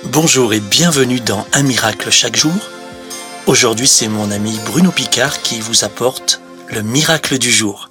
Bonjour et bienvenue dans Un miracle chaque jour. Aujourd'hui, c'est mon ami Bruno Picard qui vous apporte le miracle du jour.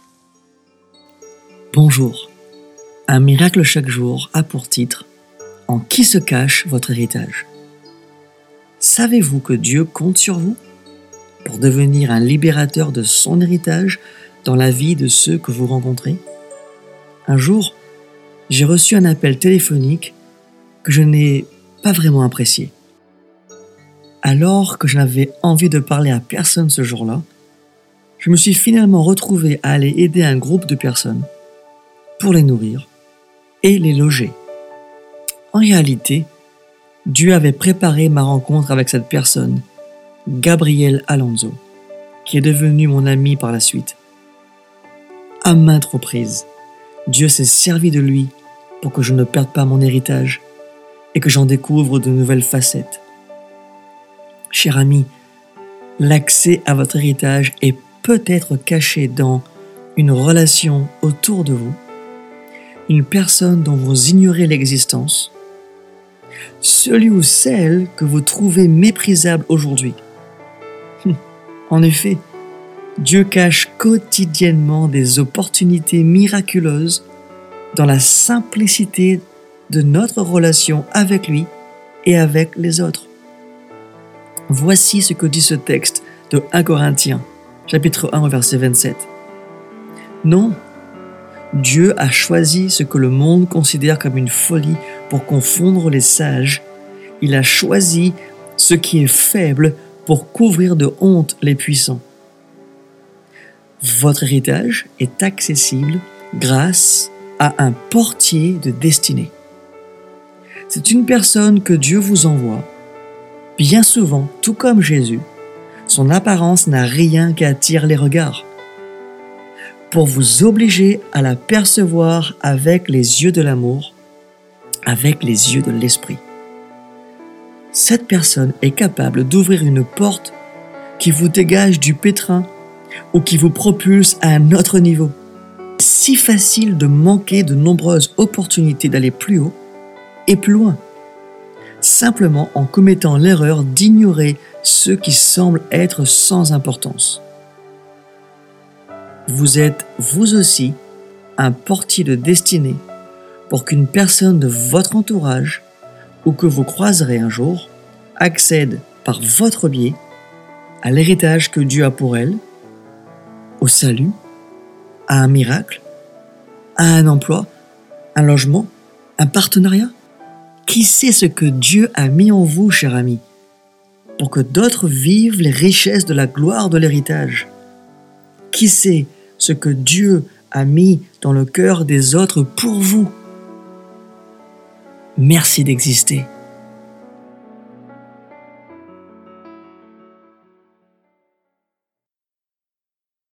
Bonjour. Un miracle chaque jour a pour titre « En qui se cache votre héritage ?» Savez-vous que Dieu compte sur vous pour devenir un libérateur de son héritage dans la vie de ceux que vous rencontrez? Un jour, j'ai reçu un appel téléphonique que je n'ai pas vraiment apprécié. Alors que je n'avais envie de parler à personne ce jour-là, je me suis finalement retrouvé à aller aider un groupe de personnes pour les nourrir et les loger. En réalité, Dieu avait préparé ma rencontre avec cette personne, Gabriel Alonso, qui est devenu mon ami par la suite. À maintes reprises, Dieu s'est servi de lui pour que je ne perde pas mon héritage et que j'en découvre de nouvelles facettes. Cher ami, l'accès à votre héritage est peut-être caché dans une relation autour de vous, une personne dont vous ignorez l'existence, celui ou celle que vous trouvez méprisable aujourd'hui. En effet, Dieu cache quotidiennement des opportunités miraculeuses dans la simplicité de notre relation avec lui et avec les autres. Voici ce que dit ce texte de 1 Corinthiens, chapitre 1, verset 27. Non, Dieu a choisi ce que le monde considère comme une folie pour confondre les sages. Il a choisi ce qui est faible pour couvrir de honte les puissants. Votre héritage est accessible grâce à un portier de destinée. C'est une personne que Dieu vous envoie. Bien souvent, tout comme Jésus, son apparence n'a rien qui attire les regards. Pour vous obliger à la percevoir avec les yeux de l'amour, avec les yeux de l'esprit. Cette personne est capable d'ouvrir une porte qui vous dégage du pétrin ou qui vous propulse à un autre niveau. Si facile de manquer de nombreuses opportunités d'aller plus haut et plus loin, simplement en commettant l'erreur d'ignorer ceux qui semblent être sans importance. Vous êtes, vous aussi, un portier de destinée pour qu'une personne de votre entourage ou que vous croiserez un jour accède par votre biais à l'héritage que Dieu a pour elle, au salut, à un miracle, à un emploi, un logement, un partenariat. Qui sait ce que Dieu a mis en vous, cher ami, pour que d'autres vivent les richesses de la gloire de l'héritage? Qui sait ce que Dieu a mis dans le cœur des autres pour vous? Merci d'exister.